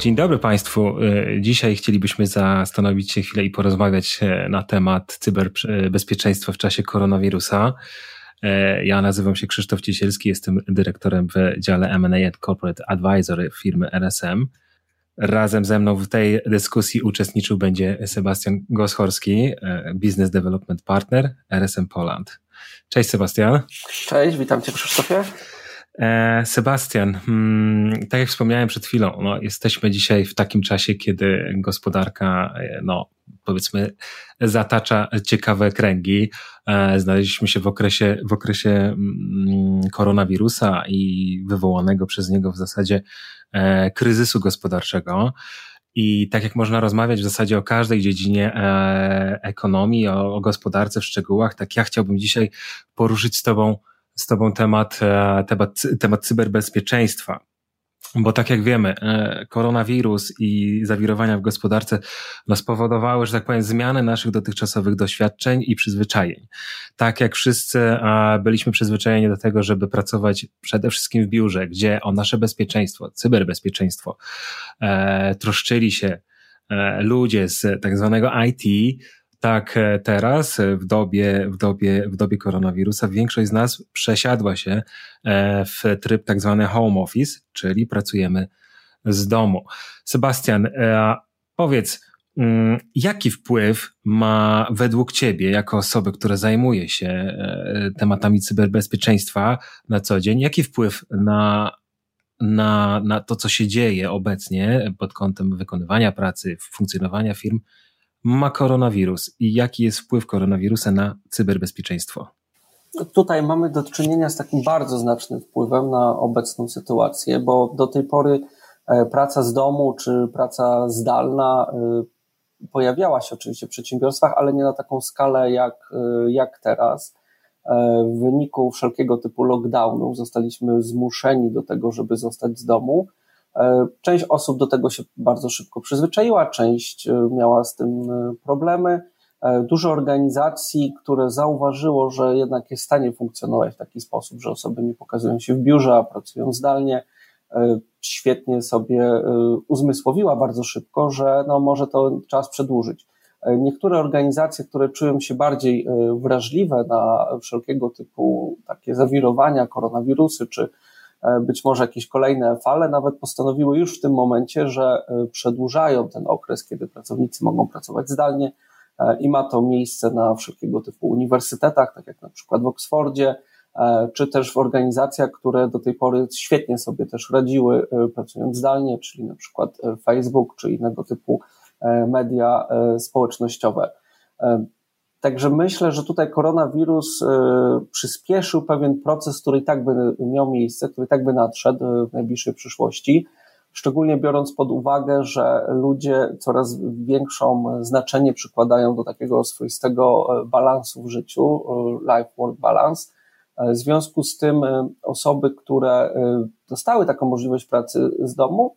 Dzień dobry Państwu. Dzisiaj chcielibyśmy zastanowić się chwilę i porozmawiać na temat cyberbezpieczeństwa w czasie koronawirusa. Ja nazywam się Krzysztof Ciesielski, jestem dyrektorem w dziale M&A and Corporate Advisory firmy RSM. Razem ze mną w tej dyskusji uczestniczył będzie Sebastian Goshorski, Business Development Partner RSM Poland. Cześć Sebastian. Cześć, witam Cię Krzysztofie. Sebastian, tak jak wspomniałem przed chwilą, jesteśmy dzisiaj w takim czasie, kiedy gospodarka, powiedzmy, zatacza ciekawe kręgi. Znaleźliśmy się w okresie koronawirusa i wywołanego przez niego w zasadzie kryzysu gospodarczego. I tak jak można rozmawiać w zasadzie o każdej dziedzinie ekonomii, o gospodarce w szczegółach, tak ja chciałbym dzisiaj poruszyć z Tobą temat cyberbezpieczeństwa. Bo tak jak wiemy, koronawirus i zawirowania w gospodarce spowodowały, że tak powiem, zmianę naszych dotychczasowych doświadczeń i przyzwyczajeń. Tak jak wszyscy byliśmy przyzwyczajeni do tego, żeby pracować przede wszystkim w biurze, gdzie o nasze bezpieczeństwo, cyberbezpieczeństwo troszczyli się ludzie z tak zwanego IT, tak teraz w dobie koronawirusa większość z nas przesiadła się w tryb tak zwany home office, czyli pracujemy z domu. Sebastian, powiedz, jaki wpływ ma według Ciebie, jako osoby, która zajmuje się tematami cyberbezpieczeństwa na co dzień, jaki wpływ na to, co się dzieje obecnie pod kątem wykonywania pracy, funkcjonowania firm, ma koronawirus i jaki jest wpływ koronawirusa na cyberbezpieczeństwo? Tutaj mamy do czynienia z takim bardzo znacznym wpływem na obecną sytuację, bo do tej pory praca z domu czy praca zdalna pojawiała się oczywiście w przedsiębiorstwach, ale nie na taką skalę jak teraz. W wyniku wszelkiego typu lockdownów zostaliśmy zmuszeni do tego, żeby zostać z domu. Część osób do tego się bardzo szybko przyzwyczaiła, część miała z tym problemy. Dużo organizacji, które zauważyło, że jednak jest w stanie funkcjonować w taki sposób, że osoby nie pokazują się w biurze, a pracują zdalnie, świetnie sobie uzmysłowiła bardzo szybko, że może to czas przedłużyć. Niektóre organizacje, które czują się bardziej wrażliwe na wszelkiego typu takie zawirowania, koronawirusy, czy być może jakieś kolejne fale, nawet postanowiły już w tym momencie, że przedłużają ten okres, kiedy pracownicy mogą pracować zdalnie i ma to miejsce na wszelkiego typu uniwersytetach, tak jak na przykład w Oksfordzie, czy też w organizacjach, które do tej pory świetnie sobie też radziły pracując zdalnie, czyli na przykład Facebook, czy innego typu media społecznościowe. Także myślę, że tutaj koronawirus przyspieszył pewien proces, który i tak by miał miejsce, który i tak by nadszedł w najbliższej przyszłości, szczególnie biorąc pod uwagę, że ludzie coraz większą znaczenie przykładają do takiego swoistego balansu w życiu, life-work balance. W związku z tym osoby, które dostały taką możliwość pracy z domu,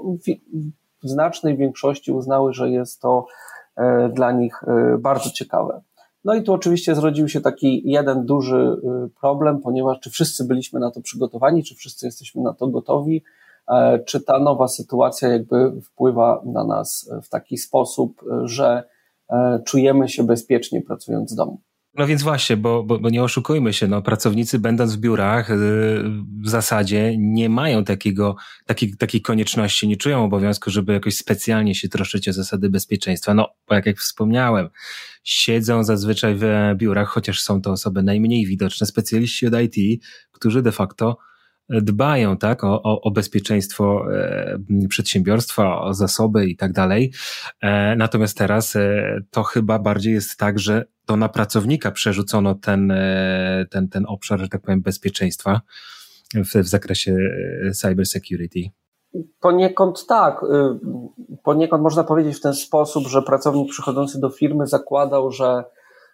w znacznej większości uznały, że jest to dla nich bardzo ciekawe. No i tu oczywiście zrodził się taki jeden duży problem, ponieważ czy wszyscy byliśmy na to przygotowani, czy wszyscy jesteśmy na to gotowi, czy ta nowa sytuacja jakby wpływa na nas w taki sposób, że czujemy się bezpiecznie pracując z domu. No więc właśnie, bo nie oszukujmy się, pracownicy będąc w biurach w zasadzie nie mają takiej konieczności, nie czują obowiązku, żeby jakoś specjalnie się troszczyć o zasady bezpieczeństwa. Bo jak wspomniałem, siedzą zazwyczaj w biurach, chociaż są to osoby najmniej widoczne, specjaliści od IT, którzy de facto dbają o bezpieczeństwo przedsiębiorstwa, o zasoby i tak dalej. Natomiast teraz to chyba bardziej jest tak, że to na pracownika przerzucono ten obszar, że tak powiem, bezpieczeństwa w zakresie cyber security. Poniekąd tak. Poniekąd można powiedzieć w ten sposób, że pracownik przychodzący do firmy zakładał, że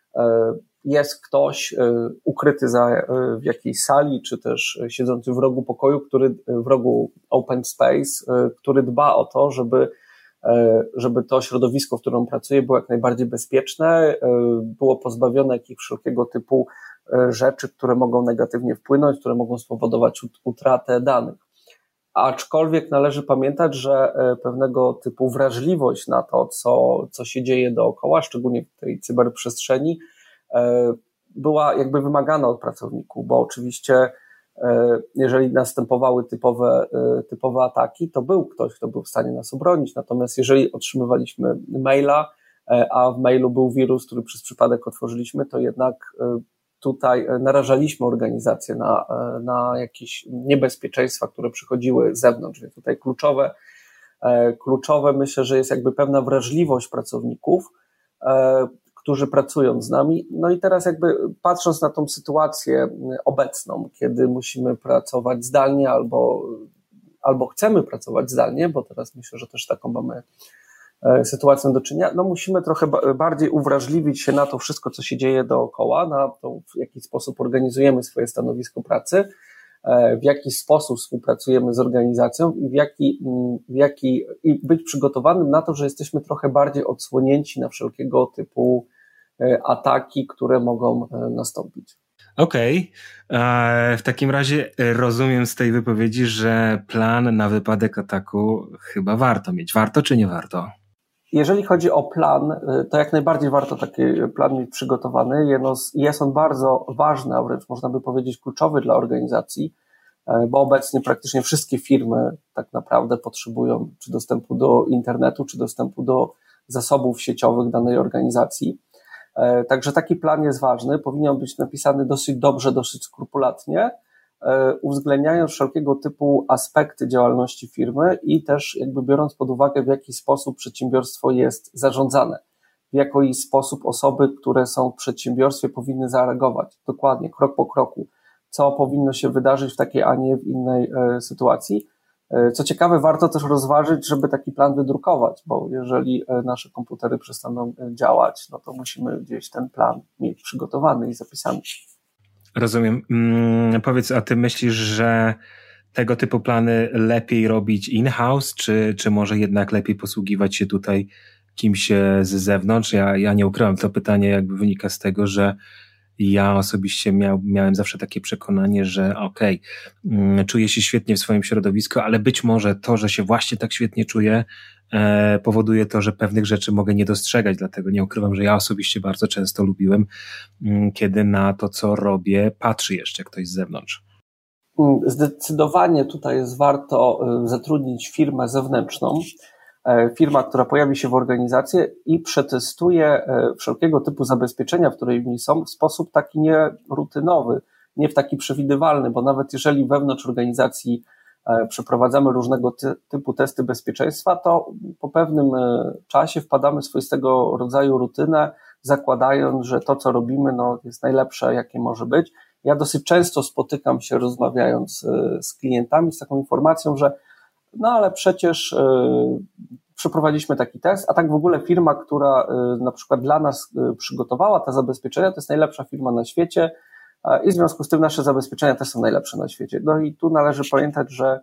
jest ktoś ukryty w jakiejś sali, czy też siedzący w rogu pokoju, w rogu open space, który dba o to, żeby to środowisko, w którym pracuje, było jak najbardziej bezpieczne, było pozbawione jakichś wszelkiego typu rzeczy, które mogą negatywnie wpłynąć, które mogą spowodować utratę danych. Aczkolwiek należy pamiętać, że pewnego typu wrażliwość na to, co się dzieje dookoła, szczególnie w tej cyberprzestrzeni, była jakby wymagana od pracowników, bo oczywiście jeżeli następowały typowe ataki, to był ktoś, kto był w stanie nas obronić, natomiast jeżeli otrzymywaliśmy maila, a w mailu był wirus, który przez przypadek otworzyliśmy, to jednak tutaj narażaliśmy organizację na jakieś niebezpieczeństwa, które przychodziły z zewnątrz, więc tutaj kluczowe myślę, że jest jakby pewna wrażliwość pracowników, którzy pracują z nami. No i teraz jakby patrząc na tą sytuację obecną, kiedy musimy pracować zdalnie albo chcemy pracować zdalnie, bo teraz myślę, że też taką mamy sytuacją do czynienia, no musimy trochę bardziej uwrażliwić się na to wszystko, co się dzieje dookoła, na to, w jaki sposób organizujemy swoje stanowisko pracy, w jaki sposób współpracujemy z organizacją i być przygotowanym na to, że jesteśmy trochę bardziej odsłonięci na wszelkiego typu ataki, które mogą nastąpić. Okej. W takim razie rozumiem z tej wypowiedzi, że plan na wypadek ataku chyba warto mieć. Warto czy nie warto? Jeżeli chodzi o plan, to jak najbardziej warto taki plan mieć przygotowany. Jest on bardzo ważny, a wręcz można by powiedzieć kluczowy dla organizacji, bo obecnie praktycznie wszystkie firmy tak naprawdę potrzebują czy dostępu do internetu, czy dostępu do zasobów sieciowych danej organizacji. Także taki plan jest ważny, powinien być napisany dosyć dobrze, dosyć skrupulatnie, uwzględniając wszelkiego typu aspekty działalności firmy i też jakby biorąc pod uwagę, w jaki sposób przedsiębiorstwo jest zarządzane, w jaki sposób osoby, które są w przedsiębiorstwie, powinny zareagować dokładnie, krok po kroku, co powinno się wydarzyć w takiej, a nie w innej sytuacji. Co ciekawe, warto też rozważyć, żeby taki plan wydrukować, bo jeżeli nasze komputery przestaną działać, no to musimy gdzieś ten plan mieć przygotowany i zapisany. Rozumiem. Powiedz, a ty myślisz, że tego typu plany lepiej robić in-house, czy może jednak lepiej posługiwać się tutaj kimś z zewnątrz? Ja nie ukrywam, to pytanie jakby wynika z tego, że ja osobiście miałem zawsze takie przekonanie, że czuję się świetnie w swoim środowisku, ale być może to, że się właśnie tak świetnie czuję, powoduje to, że pewnych rzeczy mogę nie dostrzegać, dlatego nie ukrywam, że ja osobiście bardzo często lubiłem, kiedy na to, co robię, patrzy jeszcze ktoś z zewnątrz. Zdecydowanie tutaj jest warto zatrudnić firmę zewnętrzną, firma, która pojawi się w organizacji i przetestuje wszelkiego typu zabezpieczenia, które w niej są, w sposób taki nie rutynowy, nie w taki przewidywalny, bo nawet jeżeli wewnątrz organizacji przeprowadzamy różnego typu testy bezpieczeństwa, to po pewnym czasie wpadamy w swoistego rodzaju rutynę, zakładając, że to, co robimy, jest najlepsze, jakie może być. Ja dosyć często spotykam się, rozmawiając z klientami, z taką informacją, że ale przecież przeprowadziliśmy taki test, a tak w ogóle firma, która na przykład dla nas przygotowała te zabezpieczenia, to jest najlepsza firma na świecie i w związku z tym nasze zabezpieczenia też są najlepsze na świecie. No i tu należy pamiętać, że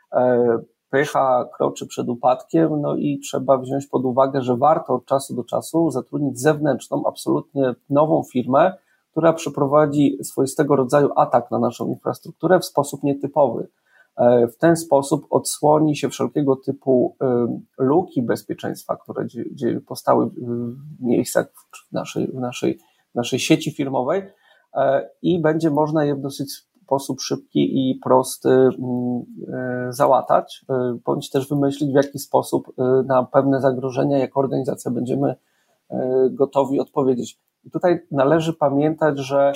pycha kroczy przed upadkiem, i trzeba wziąć pod uwagę, że warto od czasu do czasu zatrudnić zewnętrzną, absolutnie nową firmę, która przeprowadzi swoistego rodzaju atak na naszą infrastrukturę w sposób nietypowy. W ten sposób odsłoni się wszelkiego typu luki bezpieczeństwa, które powstały w miejscach w naszej sieci firmowej i będzie można je w dosyć sposób szybki i prosty załatać, bądź też wymyślić, w jaki sposób na pewne zagrożenia jako organizacja będziemy gotowi odpowiedzieć. I tutaj należy pamiętać, że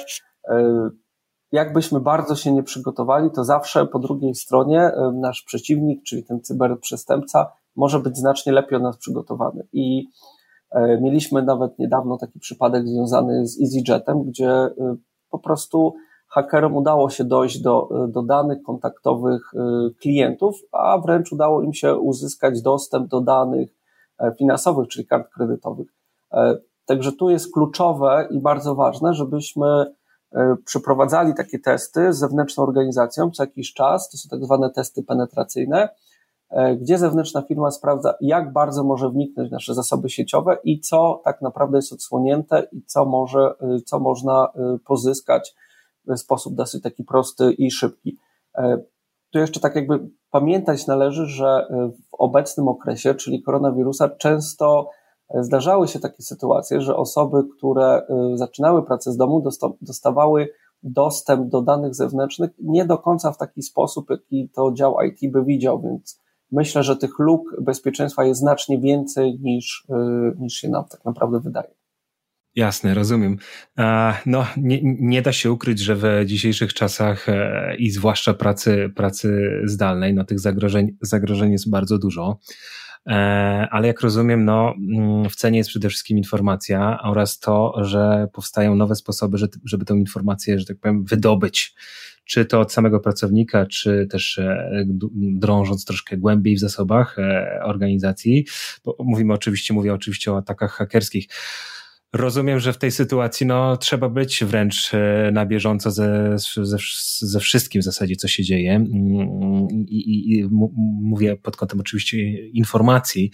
jakbyśmy bardzo się nie przygotowali, to zawsze po drugiej stronie nasz przeciwnik, czyli ten cyberprzestępca, może być znacznie lepiej od nas przygotowany. I mieliśmy nawet niedawno taki przypadek związany z EasyJetem, gdzie po prostu hakerom udało się dojść do danych kontaktowych klientów, a wręcz udało im się uzyskać dostęp do danych finansowych, czyli kart kredytowych. Także tu jest kluczowe i bardzo ważne, żebyśmy przeprowadzali takie testy z zewnętrzną organizacją co jakiś czas, to są tak zwane testy penetracyjne, gdzie zewnętrzna firma sprawdza, jak bardzo może wniknąć w nasze zasoby sieciowe i co tak naprawdę jest odsłonięte i co można pozyskać w sposób dosyć taki prosty i szybki. Tu jeszcze tak jakby pamiętać należy, że w obecnym okresie, czyli koronawirusa, często zdarzały się takie sytuacje, że osoby, które zaczynały pracę z domu, dostawały dostęp do danych zewnętrznych nie do końca w taki sposób, jaki to dział IT by widział, więc myślę, że tych luk bezpieczeństwa jest znacznie więcej niż się nam tak naprawdę wydaje. Jasne, rozumiem. No, nie da się ukryć, że w dzisiejszych czasach i zwłaszcza pracy zdalnej, no tych zagrożeń jest bardzo dużo. Ale jak rozumiem, no w cenie jest przede wszystkim informacja oraz to, że powstają nowe sposoby, żeby tę informację, że tak powiem, wydobyć. Czy to od samego pracownika, czy też drążąc troszkę głębiej w zasobach organizacji, bo mówię oczywiście o atakach hakerskich. Rozumiem, że w tej sytuacji no, trzeba być wręcz na bieżąco ze wszystkim w zasadzie, co się dzieje. I mówię pod kątem oczywiście informacji.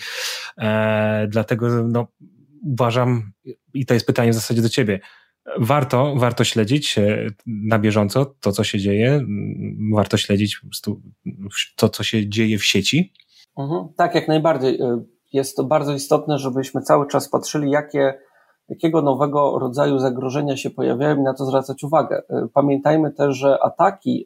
Dlatego no, uważam, i to jest pytanie w zasadzie do ciebie, warto śledzić na bieżąco to, co się dzieje. Warto śledzić po prostu to, co się dzieje w sieci. Tak, jak najbardziej. Jest to bardzo istotne, żebyśmy cały czas patrzyli, jakiego nowego rodzaju zagrożenia się pojawiają i na to zwracać uwagę. Pamiętajmy też, że ataki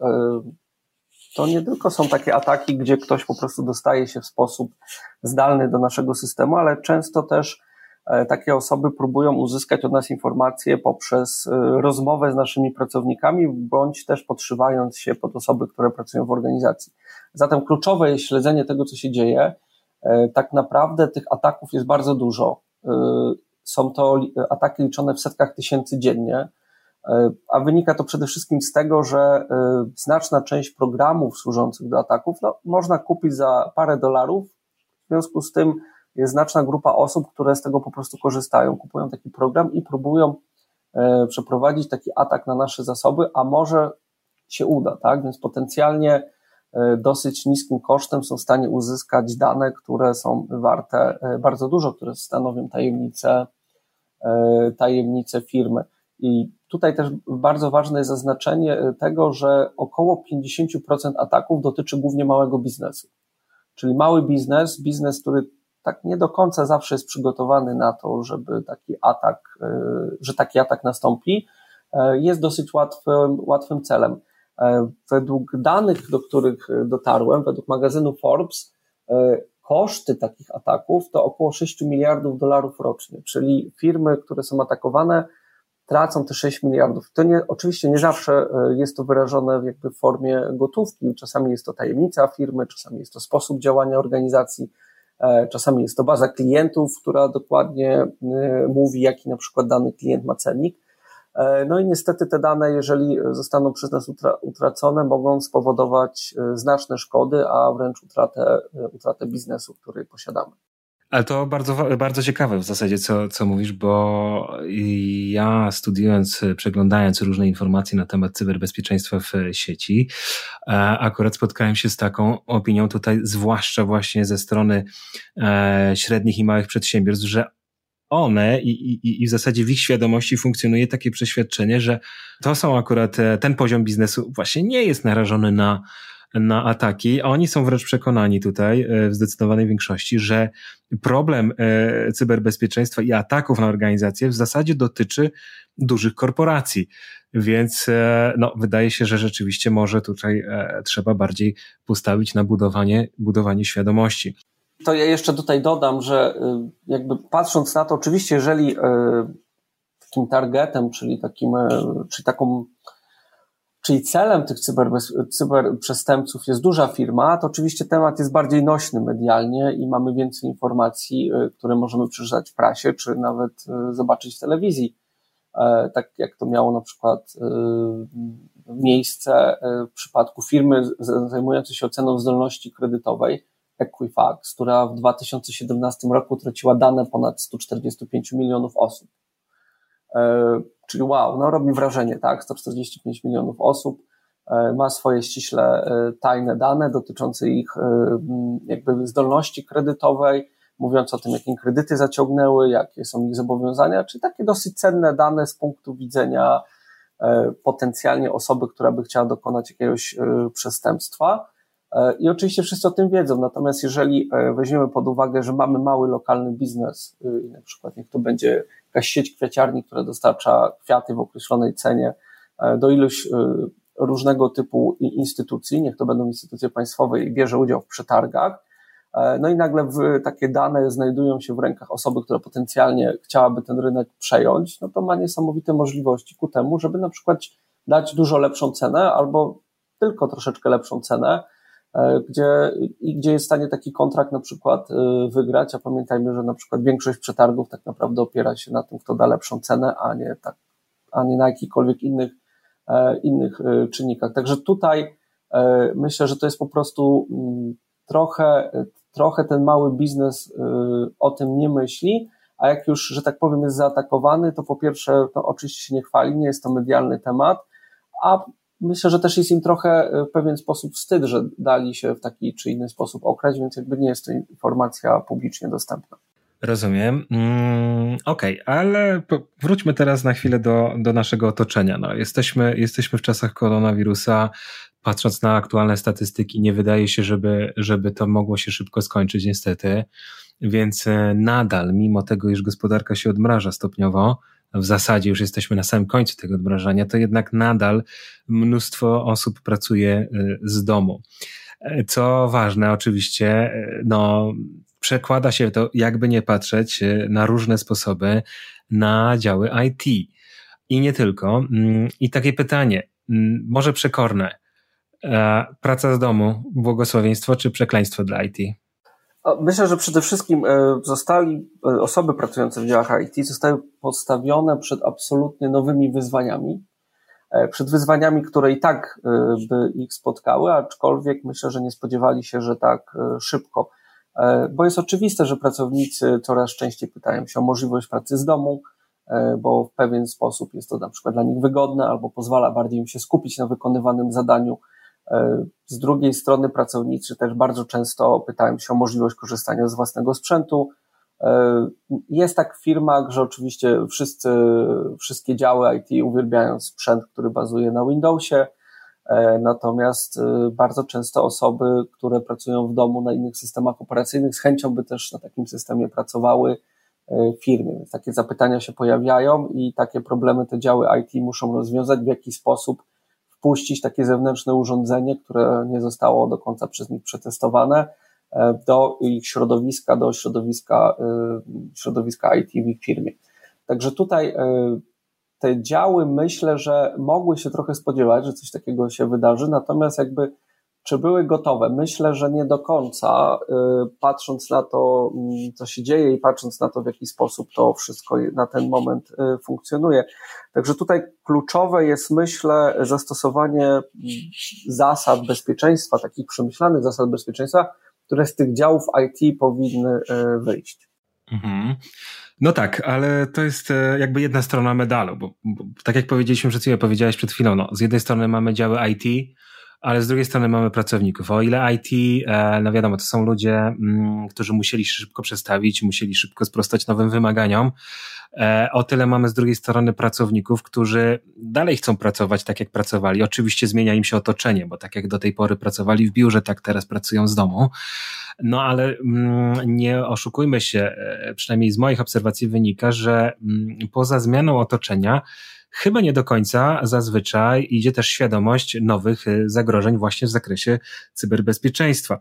to nie tylko są takie ataki, gdzie ktoś po prostu dostaje się w sposób zdalny do naszego systemu, ale często też takie osoby próbują uzyskać od nas informacje poprzez rozmowę z naszymi pracownikami, bądź też podszywając się pod osoby, które pracują w organizacji. Zatem kluczowe jest śledzenie tego, co się dzieje. Tak naprawdę tych ataków jest bardzo dużo. Są to ataki liczone w setkach tysięcy dziennie, a wynika to przede wszystkim z tego, że znaczna część programów służących do ataków można kupić za parę dolarów, w związku z tym jest znaczna grupa osób, które z tego po prostu korzystają, kupują taki program i próbują przeprowadzić taki atak na nasze zasoby, a może się uda, tak? Więc potencjalnie dosyć niskim kosztem są w stanie uzyskać dane, które są warte bardzo dużo, które stanowią tajemnice firmy. I tutaj też bardzo ważne jest zaznaczenie tego, że około 50% ataków dotyczy głównie małego biznesu. Czyli mały biznes, który tak nie do końca zawsze jest przygotowany na to, żeby taki atak nastąpi, jest dosyć łatwym celem. Według danych, do których dotarłem, według magazynu Forbes, koszty takich ataków to około 6 miliardów dolarów rocznie, czyli firmy, które są atakowane, tracą te 6 miliardów. To oczywiście nie zawsze jest to wyrażone jakby w formie gotówki, czasami jest to tajemnica firmy, czasami jest to sposób działania organizacji, czasami jest to baza klientów, która dokładnie mówi, jaki na przykład dany klient ma cennik. No i niestety te dane, jeżeli zostaną przez nas utracone, mogą spowodować znaczne szkody, a wręcz utratę biznesu, który posiadamy. Ale to bardzo, bardzo ciekawe w zasadzie, co mówisz, bo ja studiując, przeglądając różne informacje na temat cyberbezpieczeństwa w sieci, akurat spotkałem się z taką opinią tutaj, zwłaszcza właśnie ze strony średnich i małych przedsiębiorstw, że one i w zasadzie w ich świadomości funkcjonuje takie przeświadczenie, że to są akurat, ten poziom biznesu właśnie nie jest narażony na ataki, a oni są wręcz przekonani tutaj w zdecydowanej większości, że problem cyberbezpieczeństwa i ataków na organizacje w zasadzie dotyczy dużych korporacji, więc no, wydaje się, że rzeczywiście może tutaj trzeba bardziej postawić na budowanie świadomości. To ja jeszcze tutaj dodam, że jakby patrząc na to, oczywiście jeżeli takim targetem, czyli celem tych cyberprzestępców jest duża firma, to oczywiście temat jest bardziej nośny medialnie i mamy więcej informacji, które możemy przeczytać w prasie, czy nawet zobaczyć w telewizji. Tak jak to miało na przykład miejsce w przypadku firmy zajmującej się oceną zdolności kredytowej, Equifax, która w 2017 roku traciła dane ponad 145 milionów osób. Czyli wow, no robi wrażenie, tak? 145 milionów osób ma swoje ściśle tajne dane dotyczące ich jakby zdolności kredytowej, mówiąc o tym, jakie kredyty zaciągnęły, jakie są ich zobowiązania, czyli takie dosyć cenne dane z punktu widzenia potencjalnie osoby, która by chciała dokonać jakiegoś przestępstwa. I oczywiście wszyscy o tym wiedzą, natomiast jeżeli weźmiemy pod uwagę, że mamy mały lokalny biznes, na przykład niech to będzie jakaś sieć kwiaciarni, która dostarcza kwiaty w określonej cenie do iluś różnego typu instytucji, niech to będą instytucje państwowe i bierze udział w przetargach, no i nagle takie dane znajdują się w rękach osoby, która potencjalnie chciałaby ten rynek przejąć, no to ma niesamowite możliwości ku temu, żeby na przykład dać dużo lepszą cenę albo tylko troszeczkę lepszą cenę, gdzie jest w stanie taki kontrakt na przykład wygrać, a pamiętajmy, że na przykład większość przetargów tak naprawdę opiera się na tym, kto da lepszą cenę, a nie na jakichkolwiek innych czynnikach. Także tutaj myślę, że to jest po prostu trochę ten mały biznes o tym nie myśli, a jak już, że tak powiem, jest zaatakowany, to po pierwsze, no oczywiście się nie chwali, nie jest to medialny temat, a myślę, że też jest im trochę w pewien sposób wstyd, że dali się w taki czy inny sposób okraść, więc jakby nie jest to informacja publicznie dostępna. Rozumiem. Okej, ale wróćmy teraz na chwilę do naszego otoczenia. No, jesteśmy w czasach koronawirusa. Patrząc na aktualne statystyki, nie wydaje się, żeby to mogło się szybko skończyć, niestety. Więc nadal, mimo tego, iż gospodarka się odmraża stopniowo, w zasadzie już jesteśmy na samym końcu tego odmrażania, to jednak nadal mnóstwo osób pracuje z domu. Co ważne, oczywiście, no, przekłada się to, jakby nie patrzeć, na różne sposoby na działy IT. I nie tylko. I takie pytanie, może przekorne. Praca z domu, błogosławieństwo czy przekleństwo dla IT? Myślę, że przede wszystkim osoby pracujące w działach IT zostały postawione przed absolutnie nowymi wyzwaniami, przed wyzwaniami, które i tak by ich spotkały, aczkolwiek myślę, że nie spodziewali się, że tak szybko. Bo jest oczywiste, że pracownicy coraz częściej pytają się o możliwość pracy z domu, bo w pewien sposób jest to na przykład dla nich wygodne albo pozwala bardziej im się skupić na wykonywanym zadaniu. Z drugiej strony pracownicy też bardzo często pytają się o możliwość korzystania z własnego sprzętu. Jest tak w firmach, że oczywiście wszystkie działy IT uwielbiają sprzęt, który bazuje na Windowsie, natomiast bardzo często osoby, które pracują w domu na innych systemach operacyjnych, z chęcią by też na takim systemie pracowały w firmie. Więc takie zapytania się pojawiają i takie problemy te działy IT muszą rozwiązać, w jaki sposób wpuścić takie zewnętrzne urządzenie, które nie zostało do końca przez nich przetestowane, do ich środowiska, do środowiska IT w ich firmie. Także tutaj te działy, myślę, że mogły się trochę spodziewać, że coś takiego się wydarzy, natomiast czy były gotowe? Myślę, że nie do końca, patrząc na to, co się dzieje i patrząc na to, w jaki sposób to wszystko na ten moment funkcjonuje. Także tutaj kluczowe jest, myślę, zastosowanie zasad bezpieczeństwa, takich przemyślanych zasad bezpieczeństwa, które z tych działów IT powinny wyjść. Mhm. No tak, ale to jest jakby jedna strona medalu, bo tak jak powiedziałeś przed chwilą, no, z jednej strony mamy działy IT, ale z drugiej strony mamy pracowników. O ile IT, no wiadomo, to są ludzie, którzy musieli się szybko przestawić, musieli szybko sprostać nowym wymaganiom, o tyle mamy z drugiej strony pracowników, którzy dalej chcą pracować tak, jak pracowali. Oczywiście zmienia im się otoczenie, bo tak jak do tej pory pracowali w biurze, tak teraz pracują z domu. No ale nie oszukujmy się, przynajmniej z moich obserwacji wynika, że poza zmianą otoczenia chyba nie do końca zazwyczaj idzie też świadomość nowych zagrożeń właśnie w zakresie cyberbezpieczeństwa.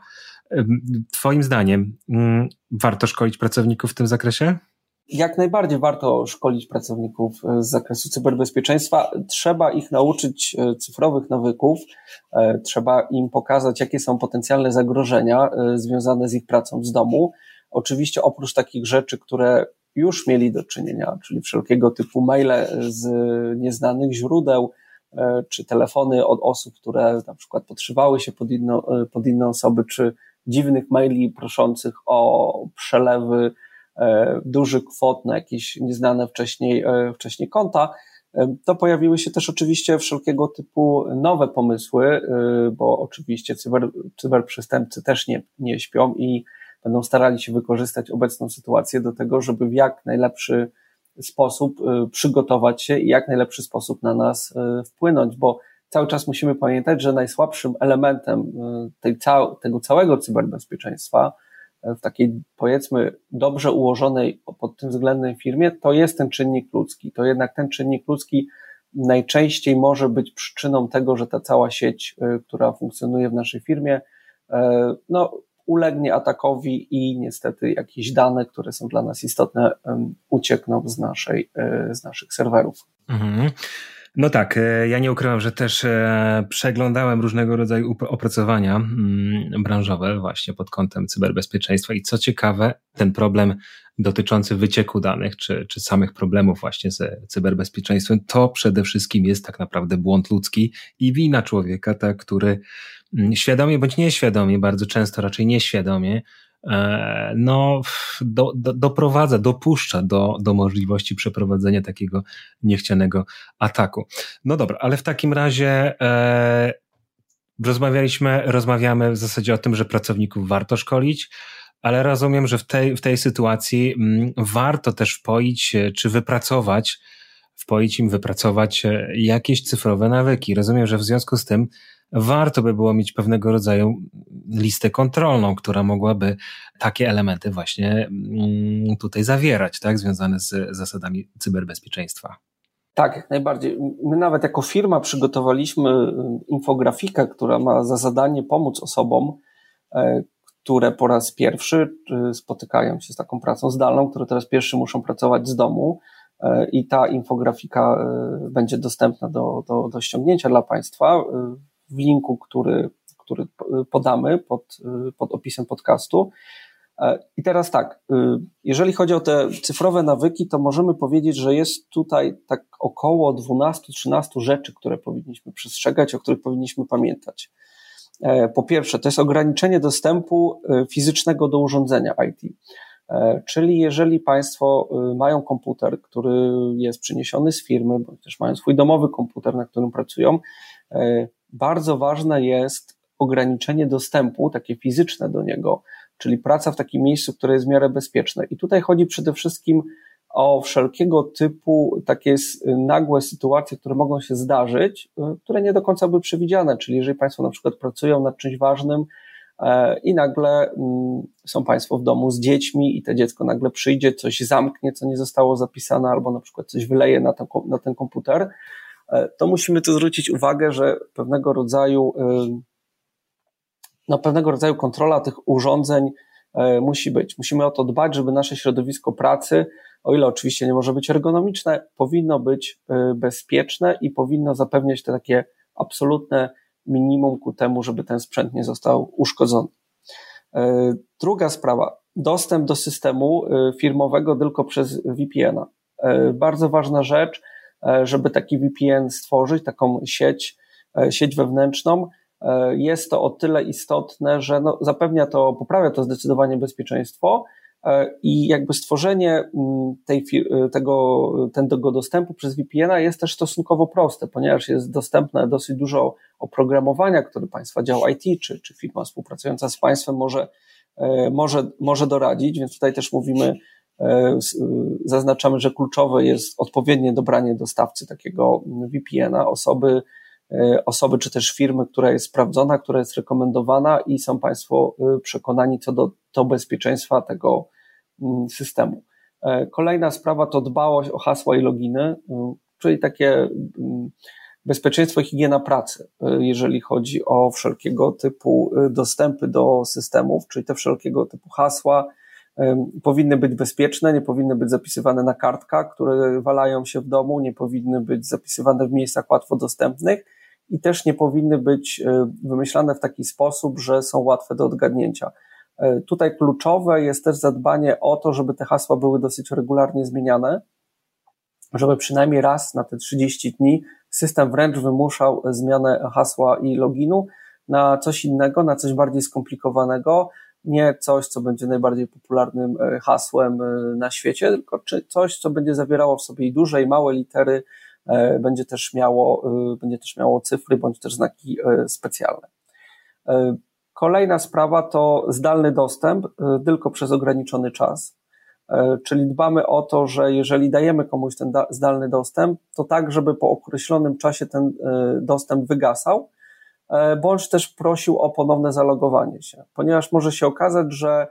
Twoim zdaniem warto szkolić pracowników w tym zakresie? Jak najbardziej warto szkolić pracowników z zakresu cyberbezpieczeństwa. Trzeba ich nauczyć cyfrowych nawyków, trzeba im pokazać, jakie są potencjalne zagrożenia związane z ich pracą z domu. Oczywiście oprócz takich rzeczy, które już mieli do czynienia, czyli wszelkiego typu maile z nieznanych źródeł, czy telefony od osób, które na przykład podszywały się pod inne osoby, czy dziwnych maili proszących o przelewy dużych kwot na jakieś nieznane wcześniej konta, to pojawiły się też oczywiście wszelkiego typu nowe pomysły, bo oczywiście cyberprzestępcy też nie śpią i będą starali się wykorzystać obecną sytuację do tego, żeby w jak najlepszy sposób przygotować się i jak najlepszy sposób na nas wpłynąć, bo cały czas musimy pamiętać, że najsłabszym elementem tego całego cyberbezpieczeństwa w takiej, powiedzmy, dobrze ułożonej pod tym względem firmie, to jest ten czynnik ludzki. To jednak ten czynnik ludzki najczęściej może być przyczyną tego, że ta cała sieć, która funkcjonuje w naszej firmie, ulegnie atakowi i niestety jakieś dane, które są dla nas istotne, uciekną z naszych serwerów. Mhm. No tak, ja nie ukrywam, że też przeglądałem różnego rodzaju opracowania branżowe właśnie pod kątem cyberbezpieczeństwa i co ciekawe, ten problem dotyczący wycieku danych czy samych problemów właśnie z cyberbezpieczeństwem, to przede wszystkim jest tak naprawdę błąd ludzki i wina człowieka, tak, który świadomie bądź nieświadomie, bardzo często raczej nieświadomie, dopuszcza do możliwości przeprowadzenia takiego niechcianego ataku. No dobra, ale w takim razie rozmawiamy w zasadzie o tym, że pracowników warto szkolić, ale rozumiem, że w tej sytuacji warto też wpoić im wypracować jakieś cyfrowe nawyki. Rozumiem, że w związku z tym warto by było mieć pewnego rodzaju listę kontrolną, która mogłaby takie elementy właśnie tutaj zawierać, tak, związane z zasadami cyberbezpieczeństwa. Tak, jak najbardziej. My nawet jako firma przygotowaliśmy infografikę, która ma za zadanie pomóc osobom, które po raz pierwszy spotykają się z taką pracą zdalną, które teraz pierwszy muszą pracować z domu, i ta infografika będzie dostępna do ściągnięcia dla Państwa w linku, który podamy pod opisem podcastu. I teraz tak, jeżeli chodzi o te cyfrowe nawyki, to możemy powiedzieć, że jest tutaj tak około 12-13 rzeczy, które powinniśmy przestrzegać, o których powinniśmy pamiętać. Po pierwsze, to jest ograniczenie dostępu fizycznego do urządzenia IT. Czyli jeżeli Państwo mają komputer, który jest przyniesiony z firmy, bądź też mają swój domowy komputer, na którym pracują, bardzo ważne jest ograniczenie dostępu, takie fizyczne do niego, czyli praca w takim miejscu, które jest w miarę bezpieczne. I tutaj chodzi przede wszystkim o wszelkiego typu takie nagłe sytuacje, które mogą się zdarzyć, które nie do końca były przewidziane, czyli jeżeli Państwo na przykład pracują nad czymś ważnym i nagle są Państwo w domu z dziećmi i to dziecko nagle przyjdzie, coś zamknie, co nie zostało zapisane, albo na przykład coś wyleje na ten komputer, to musimy tu zwrócić uwagę, że pewnego rodzaju kontrola tych urządzeń musi być. Musimy o to dbać, żeby nasze środowisko pracy, o ile oczywiście nie może być ergonomiczne, powinno być bezpieczne i powinno zapewniać te takie absolutne minimum ku temu, żeby ten sprzęt nie został uszkodzony. Druga sprawa, dostęp do systemu firmowego tylko przez VPN-a. Bardzo ważna rzecz, żeby taki VPN stworzyć, taką sieć wewnętrzną. Jest to o tyle istotne, że poprawia to zdecydowanie bezpieczeństwo i jakby stworzenie tego dostępu przez VPN-a jest też stosunkowo proste, ponieważ jest dostępne dosyć dużo oprogramowania, które Państwa dział IT czy firma współpracująca z Państwem może doradzić, więc tutaj też zaznaczamy, że kluczowe jest odpowiednie dobranie dostawcy takiego VPN-a, osoby czy też firmy, która jest sprawdzona, która jest rekomendowana i są Państwo przekonani co do bezpieczeństwa tego systemu. Kolejna sprawa to dbałość o hasła i loginy, czyli takie bezpieczeństwo i higiena pracy, jeżeli chodzi o wszelkiego typu dostępy do systemów, czyli te wszelkiego typu hasła powinny być bezpieczne, nie powinny być zapisywane na kartkach, które walają się w domu, nie powinny być zapisywane w miejscach łatwo dostępnych i też nie powinny być wymyślane w taki sposób, że są łatwe do odgadnięcia. Tutaj kluczowe jest też zadbanie o to, żeby te hasła były dosyć regularnie zmieniane, żeby przynajmniej raz na te 30 dni system wręcz wymuszał zmianę hasła i loginu na coś innego, na coś bardziej skomplikowanego, nie coś, co będzie najbardziej popularnym hasłem na świecie, tylko coś, co będzie zawierało w sobie i duże, i małe litery, będzie też miało cyfry, bądź też znaki specjalne. Kolejna sprawa to zdalny dostęp, tylko przez ograniczony czas. czyli dbamy o to, że jeżeli dajemy komuś ten zdalny dostęp, to tak, żeby po określonym czasie ten dostęp wygasał, bądź też prosił o ponowne zalogowanie się, ponieważ może się okazać, że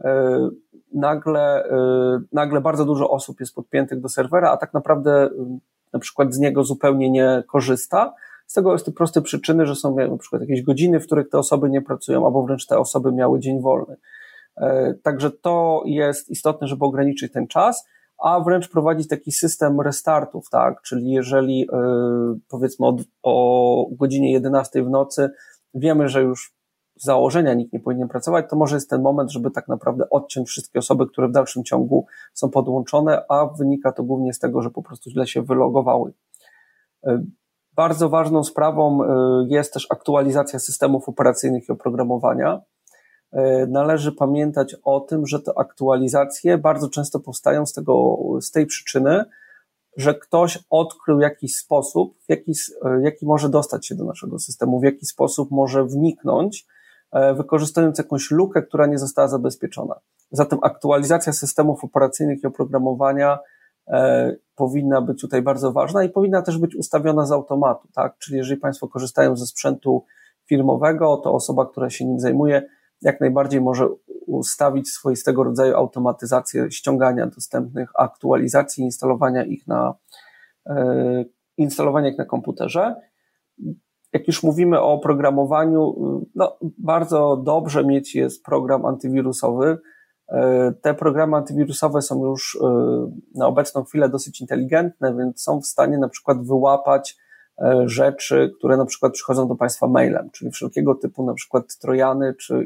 nagle bardzo dużo osób jest podpiętych do serwera, a tak naprawdę na przykład z niego zupełnie nie korzysta, z tego jest prostej przyczyny, że są na przykład jakieś godziny, w których te osoby nie pracują, albo wręcz te osoby miały dzień wolny. Także to jest istotne, żeby ograniczyć ten czas, a wręcz prowadzić taki system restartów, tak? Czyli jeżeli powiedzmy o godzinie 11 w nocy wiemy, że już z założenia nikt nie powinien pracować, to może jest ten moment, żeby tak naprawdę odciąć wszystkie osoby, które w dalszym ciągu są podłączone, a wynika to głównie z tego, że po prostu źle się wylogowały. Bardzo ważną sprawą jest też aktualizacja systemów operacyjnych i oprogramowania. Należy pamiętać o tym, że te aktualizacje bardzo często powstają z tej przyczyny, że ktoś odkrył jakiś sposób, jaki może dostać się do naszego systemu, w jaki sposób może wniknąć, wykorzystując jakąś lukę, która nie została zabezpieczona. Zatem aktualizacja systemów operacyjnych i oprogramowania powinna być tutaj bardzo ważna i powinna też być ustawiona z automatu, tak? Czyli jeżeli Państwo korzystają ze sprzętu firmowego, to osoba, która się nim zajmuje, jak najbardziej może ustawić swoistego rodzaju automatyzację ściągania dostępnych aktualizacji, instalowania ich na komputerze. Jak już mówimy o oprogramowaniu, no bardzo dobrze mieć jest program antywirusowy. Te programy antywirusowe są już na obecną chwilę dosyć inteligentne, więc są w stanie na przykład wyłapać rzeczy, które na przykład przychodzą do Państwa mailem, czyli wszelkiego typu na przykład trojany czy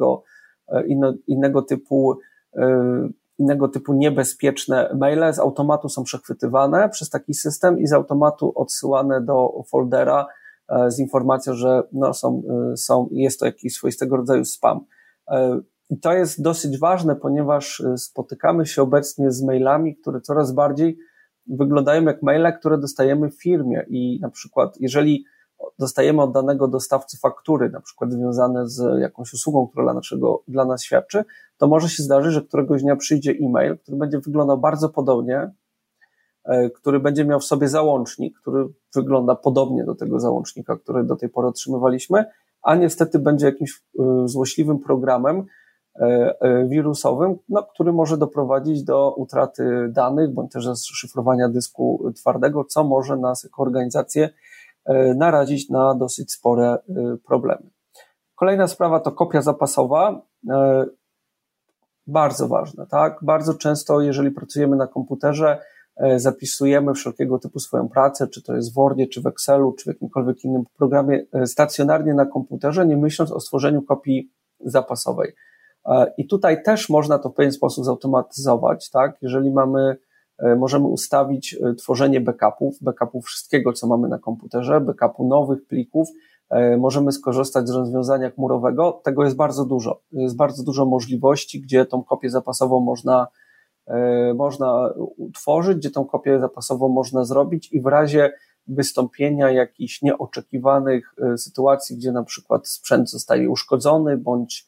innego typu niebezpieczne maile z automatu są przechwytywane przez taki system i z automatu odsyłane do foldera z informacją, że jest to jakiś swoistego rodzaju spam. I to jest dosyć ważne, ponieważ spotykamy się obecnie z mailami, które coraz bardziej wyglądają jak maile, które dostajemy w firmie i na przykład jeżeli dostajemy od danego dostawcy faktury, na przykład związane z jakąś usługą, która dla nas świadczy, to może się zdarzyć, że któregoś dnia przyjdzie e-mail, który będzie wyglądał bardzo podobnie, który będzie miał w sobie załącznik, który wygląda podobnie do tego załącznika, który do tej pory otrzymywaliśmy, a niestety będzie jakimś złośliwym programem wirusowym, który może doprowadzić do utraty danych, bądź też zaszyfrowania dysku twardego, co może nas jako organizację narazić na dosyć spore problemy. Kolejna sprawa to kopia zapasowa. Bardzo ważne, tak? Bardzo często, jeżeli pracujemy na komputerze, zapisujemy wszelkiego typu swoją pracę, czy to jest w Wordzie, czy w Excelu, czy w jakimkolwiek innym programie stacjonarnie na komputerze, nie myśląc o stworzeniu kopii zapasowej. I tutaj też można to w pewien sposób zautomatyzować, tak? Jeżeli możemy ustawić tworzenie backupów wszystkiego, co mamy na komputerze, backupu nowych plików, możemy skorzystać z rozwiązania chmurowego, tego jest bardzo dużo. Jest bardzo dużo możliwości, gdzie tą kopię zapasową można utworzyć, gdzie tą kopię zapasową można zrobić i w razie wystąpienia jakichś nieoczekiwanych sytuacji, gdzie na przykład sprzęt zostaje uszkodzony, bądź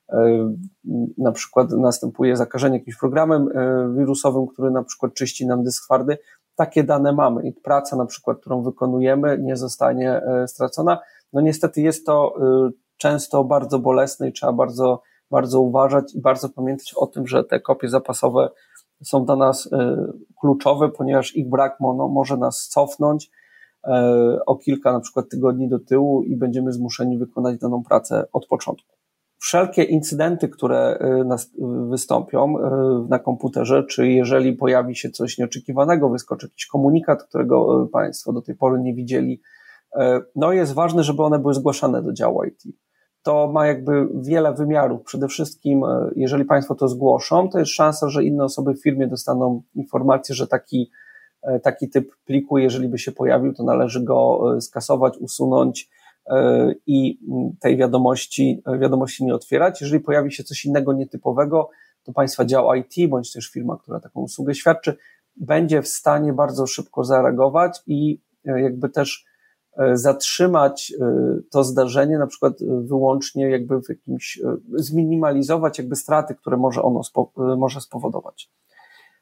na przykład następuje zakażenie jakimś programem wirusowym, który na przykład czyści nam dysk twardy, takie dane mamy i praca na przykład, którą wykonujemy, nie zostanie stracona. No niestety jest to często bardzo bolesne i trzeba bardzo, bardzo uważać i bardzo pamiętać o tym, że te kopie zapasowe są dla nas kluczowe, ponieważ ich brak może nas cofnąć o kilka na przykład tygodni do tyłu i będziemy zmuszeni wykonać daną pracę od początku. Wszelkie incydenty, które wystąpią na komputerze, czy jeżeli pojawi się coś nieoczekiwanego, wyskoczy jakiś komunikat, którego Państwo do tej pory nie widzieli, jest ważne, żeby one były zgłaszane do działu IT. To ma jakby wiele wymiarów. Przede wszystkim, jeżeli Państwo to zgłoszą, to jest szansa, że inne osoby w firmie dostaną informację, że taki typ pliku, jeżeli by się pojawił, to należy go skasować, usunąć i tej wiadomości nie otwierać. Jeżeli pojawi się coś innego, nietypowego, to Państwa dział IT, bądź też firma, która taką usługę świadczy, będzie w stanie bardzo szybko zareagować i jakby też zatrzymać to zdarzenie, na przykład wyłącznie jakby zminimalizować jakby straty, które może ono może spowodować.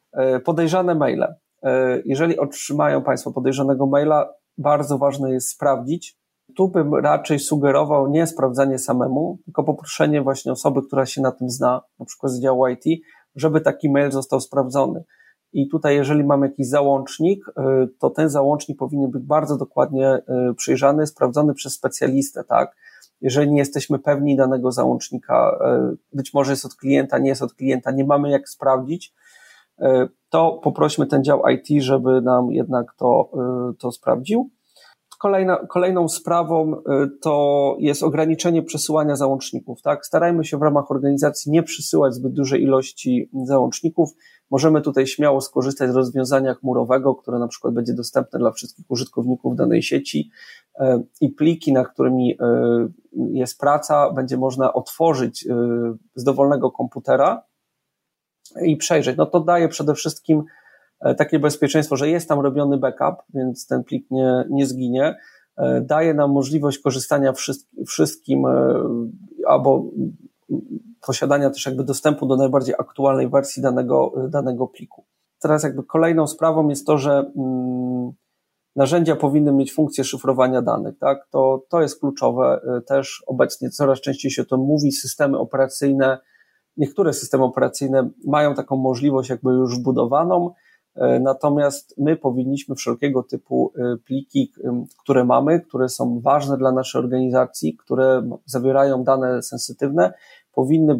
Podejrzane maile. Jeżeli otrzymają Państwo podejrzanego maila, bardzo ważne jest sprawdzić. Tu bym raczej sugerował nie sprawdzanie samemu, tylko poproszenie właśnie osoby, która się na tym zna, na przykład z działu IT, żeby taki mail został sprawdzony. I tutaj, jeżeli mamy jakiś załącznik, to ten załącznik powinien być bardzo dokładnie przejrzany, sprawdzony przez specjalistę, tak? Jeżeli nie jesteśmy pewni danego załącznika, być może jest od klienta, nie jest od klienta, nie mamy jak sprawdzić, to poprośmy ten dział IT, żeby nam jednak to sprawdził. Kolejną sprawą to jest ograniczenie przesyłania załączników, tak? Starajmy się w ramach organizacji nie przysyłać zbyt dużej ilości załączników. Możemy tutaj śmiało skorzystać z rozwiązania chmurowego, które na przykład będzie dostępne dla wszystkich użytkowników danej sieci i pliki, nad którymi jest praca, będzie można otworzyć z dowolnego komputera i przejrzeć. No to daje przede wszystkim takie bezpieczeństwo, że jest tam robiony backup, więc ten plik nie zginie. Daje nam możliwość korzystania wszystkim albo posiadania też jakby dostępu do najbardziej aktualnej wersji danego pliku. Teraz jakby kolejną sprawą jest to, że narzędzia powinny mieć funkcję szyfrowania danych, tak? To jest kluczowe. Też obecnie coraz częściej się o tym mówi. Niektóre systemy operacyjne mają taką możliwość jakby już wbudowaną, natomiast my powinniśmy wszelkiego typu pliki, które mamy, które są ważne dla naszej organizacji, które zawierają dane sensytywne, powinny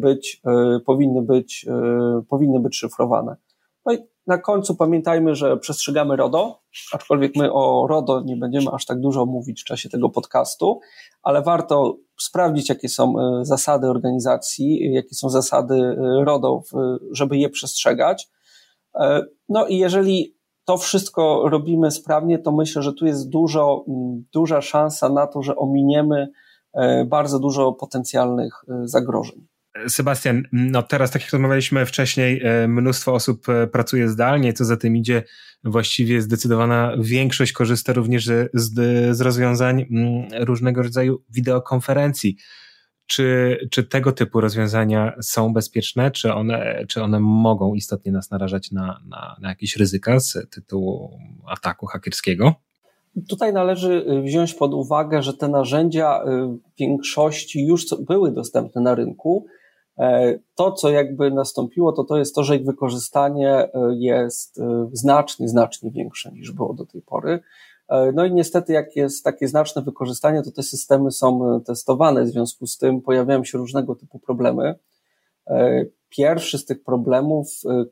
być szyfrowane. No i na końcu pamiętajmy, że przestrzegamy RODO, aczkolwiek my o RODO nie będziemy aż tak dużo mówić w czasie tego podcastu, ale warto sprawdzić, jakie są zasady organizacji, jakie są zasady RODO, żeby je przestrzegać. No i jeżeli to wszystko robimy sprawnie, to myślę, że tu jest duża szansa na to, że ominiemy bardzo dużo potencjalnych zagrożeń. Sebastian, no teraz, tak jak rozmawialiśmy wcześniej, mnóstwo osób pracuje zdalnie, co za tym idzie, właściwie zdecydowana większość korzysta również z rozwiązań różnego rodzaju wideokonferencji. Czy tego typu rozwiązania są bezpieczne? Czy one mogą istotnie nas narażać na jakieś ryzyka z tytułu ataku hakerskiego? Tutaj należy wziąć pod uwagę, że te narzędzia w większości już były dostępne na rynku. To, co jakby nastąpiło, to jest to, że ich wykorzystanie jest znacznie większe niż było do tej pory. No i niestety, jak jest takie znaczne wykorzystanie, to te systemy są testowane, w związku z tym pojawiają się różnego typu problemy. Pierwszy z tych problemów,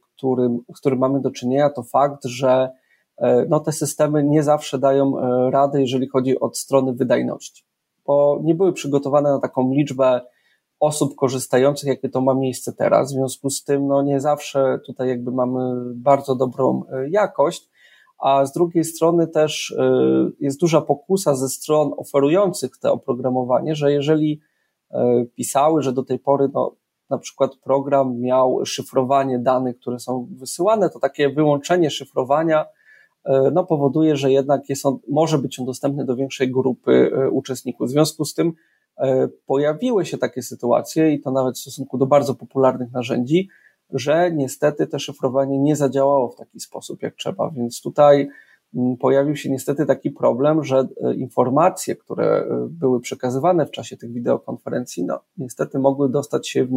z którym mamy do czynienia, to fakt, że te systemy nie zawsze dają radę, jeżeli chodzi o strony wydajności, bo nie były przygotowane na taką liczbę osób korzystających, jakie to ma miejsce teraz. W związku z tym nie zawsze tutaj jakby mamy bardzo dobrą jakość, a z drugiej strony też jest duża pokusa ze stron oferujących te oprogramowanie, że jeżeli pisały, że do tej pory na przykład program miał szyfrowanie danych, które są wysyłane, to takie wyłączenie szyfrowania powoduje, że jednak może być on dostępny do większej grupy uczestników. W związku z tym pojawiły się takie sytuacje i to nawet w stosunku do bardzo popularnych narzędzi, że niestety to szyfrowanie nie zadziałało w taki sposób, jak trzeba, więc tutaj pojawił się niestety taki problem, że informacje, które były przekazywane w czasie tych wideokonferencji, niestety mogły dostać się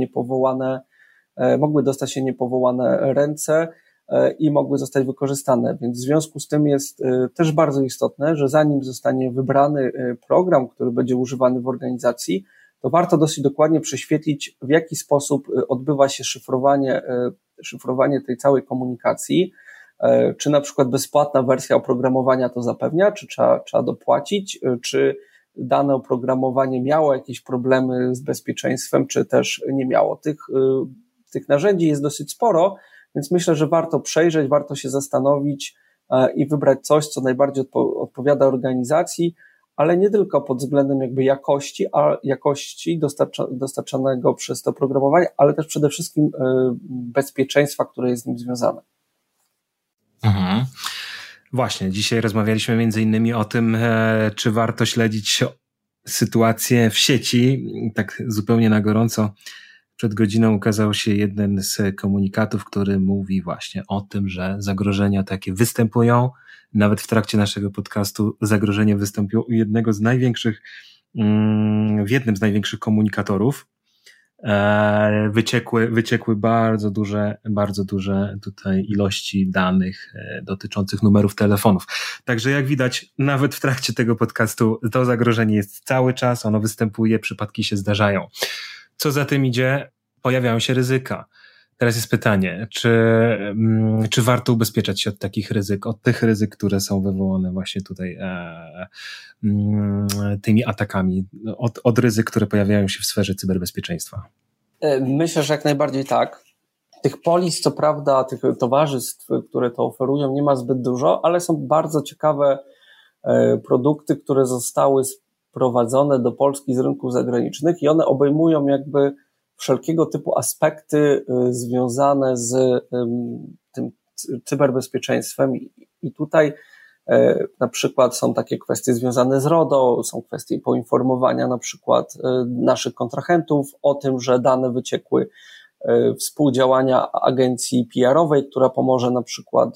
niepowołane ręce i mogły zostać wykorzystane, więc w związku z tym jest też bardzo istotne, że zanim zostanie wybrany program, który będzie używany w organizacji, to warto dosyć dokładnie prześwietlić, w jaki sposób odbywa się szyfrowanie tej całej komunikacji, czy na przykład bezpłatna wersja oprogramowania to zapewnia, czy trzeba dopłacić, czy dane oprogramowanie miało jakieś problemy z bezpieczeństwem, czy też nie miało. Tych narzędzi jest dosyć sporo, więc myślę, że warto przejrzeć, warto się zastanowić i wybrać coś, co najbardziej odpowiada organizacji, ale nie tylko pod względem jakby jakości dostarczanego przez to oprogramowanie, ale też przede wszystkim bezpieczeństwa, które jest z nim związane. Mhm. Właśnie, dzisiaj rozmawialiśmy między innymi o tym, czy warto śledzić sytuację w sieci, tak zupełnie na gorąco przed godziną ukazał się jeden z komunikatów, który mówi właśnie o tym, że zagrożenia takie występują. Nawet w trakcie naszego podcastu zagrożenie wystąpiło u jednego z największych, w jednym z największych komunikatorów. Wyciekły bardzo duże tutaj ilości danych dotyczących numerów telefonów. Także jak widać, nawet w trakcie tego podcastu to zagrożenie jest cały czas, ono występuje, przypadki się zdarzają. Co za tym idzie? Pojawiają się ryzyka. Teraz jest pytanie, czy warto ubezpieczać się od takich ryzyk, od tych ryzyk, które są wywołane właśnie tutaj tymi atakami, od ryzyk, które pojawiają się w sferze cyberbezpieczeństwa? Myślę, że jak najbardziej tak. Tych polis, co prawda, tych towarzystw, które to oferują, nie ma zbyt dużo, ale są bardzo ciekawe produkty, które zostały sprowadzone do Polski z rynków zagranicznych i one obejmują jakby wszelkiego typu aspekty związane z tym cyberbezpieczeństwem i tutaj na przykład są takie kwestie związane z RODO, są kwestie poinformowania na przykład naszych kontrahentów o tym, że dane wyciekły, współdziałania agencji PR-owej, która pomoże na przykład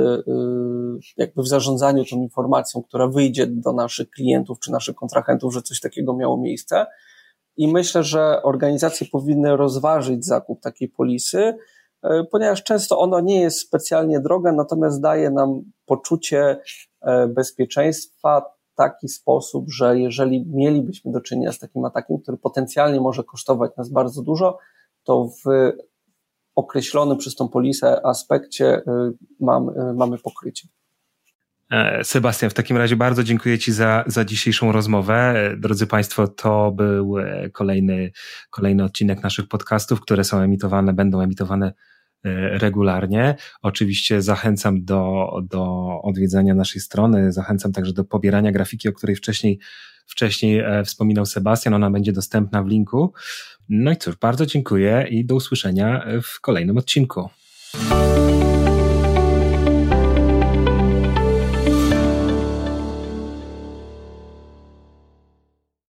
w zarządzaniu tą informacją, która wyjdzie do naszych klientów czy naszych kontrahentów, że coś takiego miało miejsce. I myślę, że organizacje powinny rozważyć zakup takiej polisy, ponieważ często ona nie jest specjalnie droga, natomiast daje nam poczucie bezpieczeństwa w taki sposób, że jeżeli mielibyśmy do czynienia z takim atakiem, który potencjalnie może kosztować nas bardzo dużo, to w określonym przez tą polisę aspekcie mamy pokrycie. Sebastian, w takim razie bardzo dziękuję Ci za dzisiejszą rozmowę. Drodzy Państwo, to był kolejny odcinek naszych podcastów, które będą emitowane regularnie. Oczywiście zachęcam do odwiedzania naszej strony, zachęcam także do pobierania grafiki, o której wcześniej wspominał Sebastian, ona będzie dostępna w linku. No i cóż, bardzo dziękuję i do usłyszenia w kolejnym odcinku.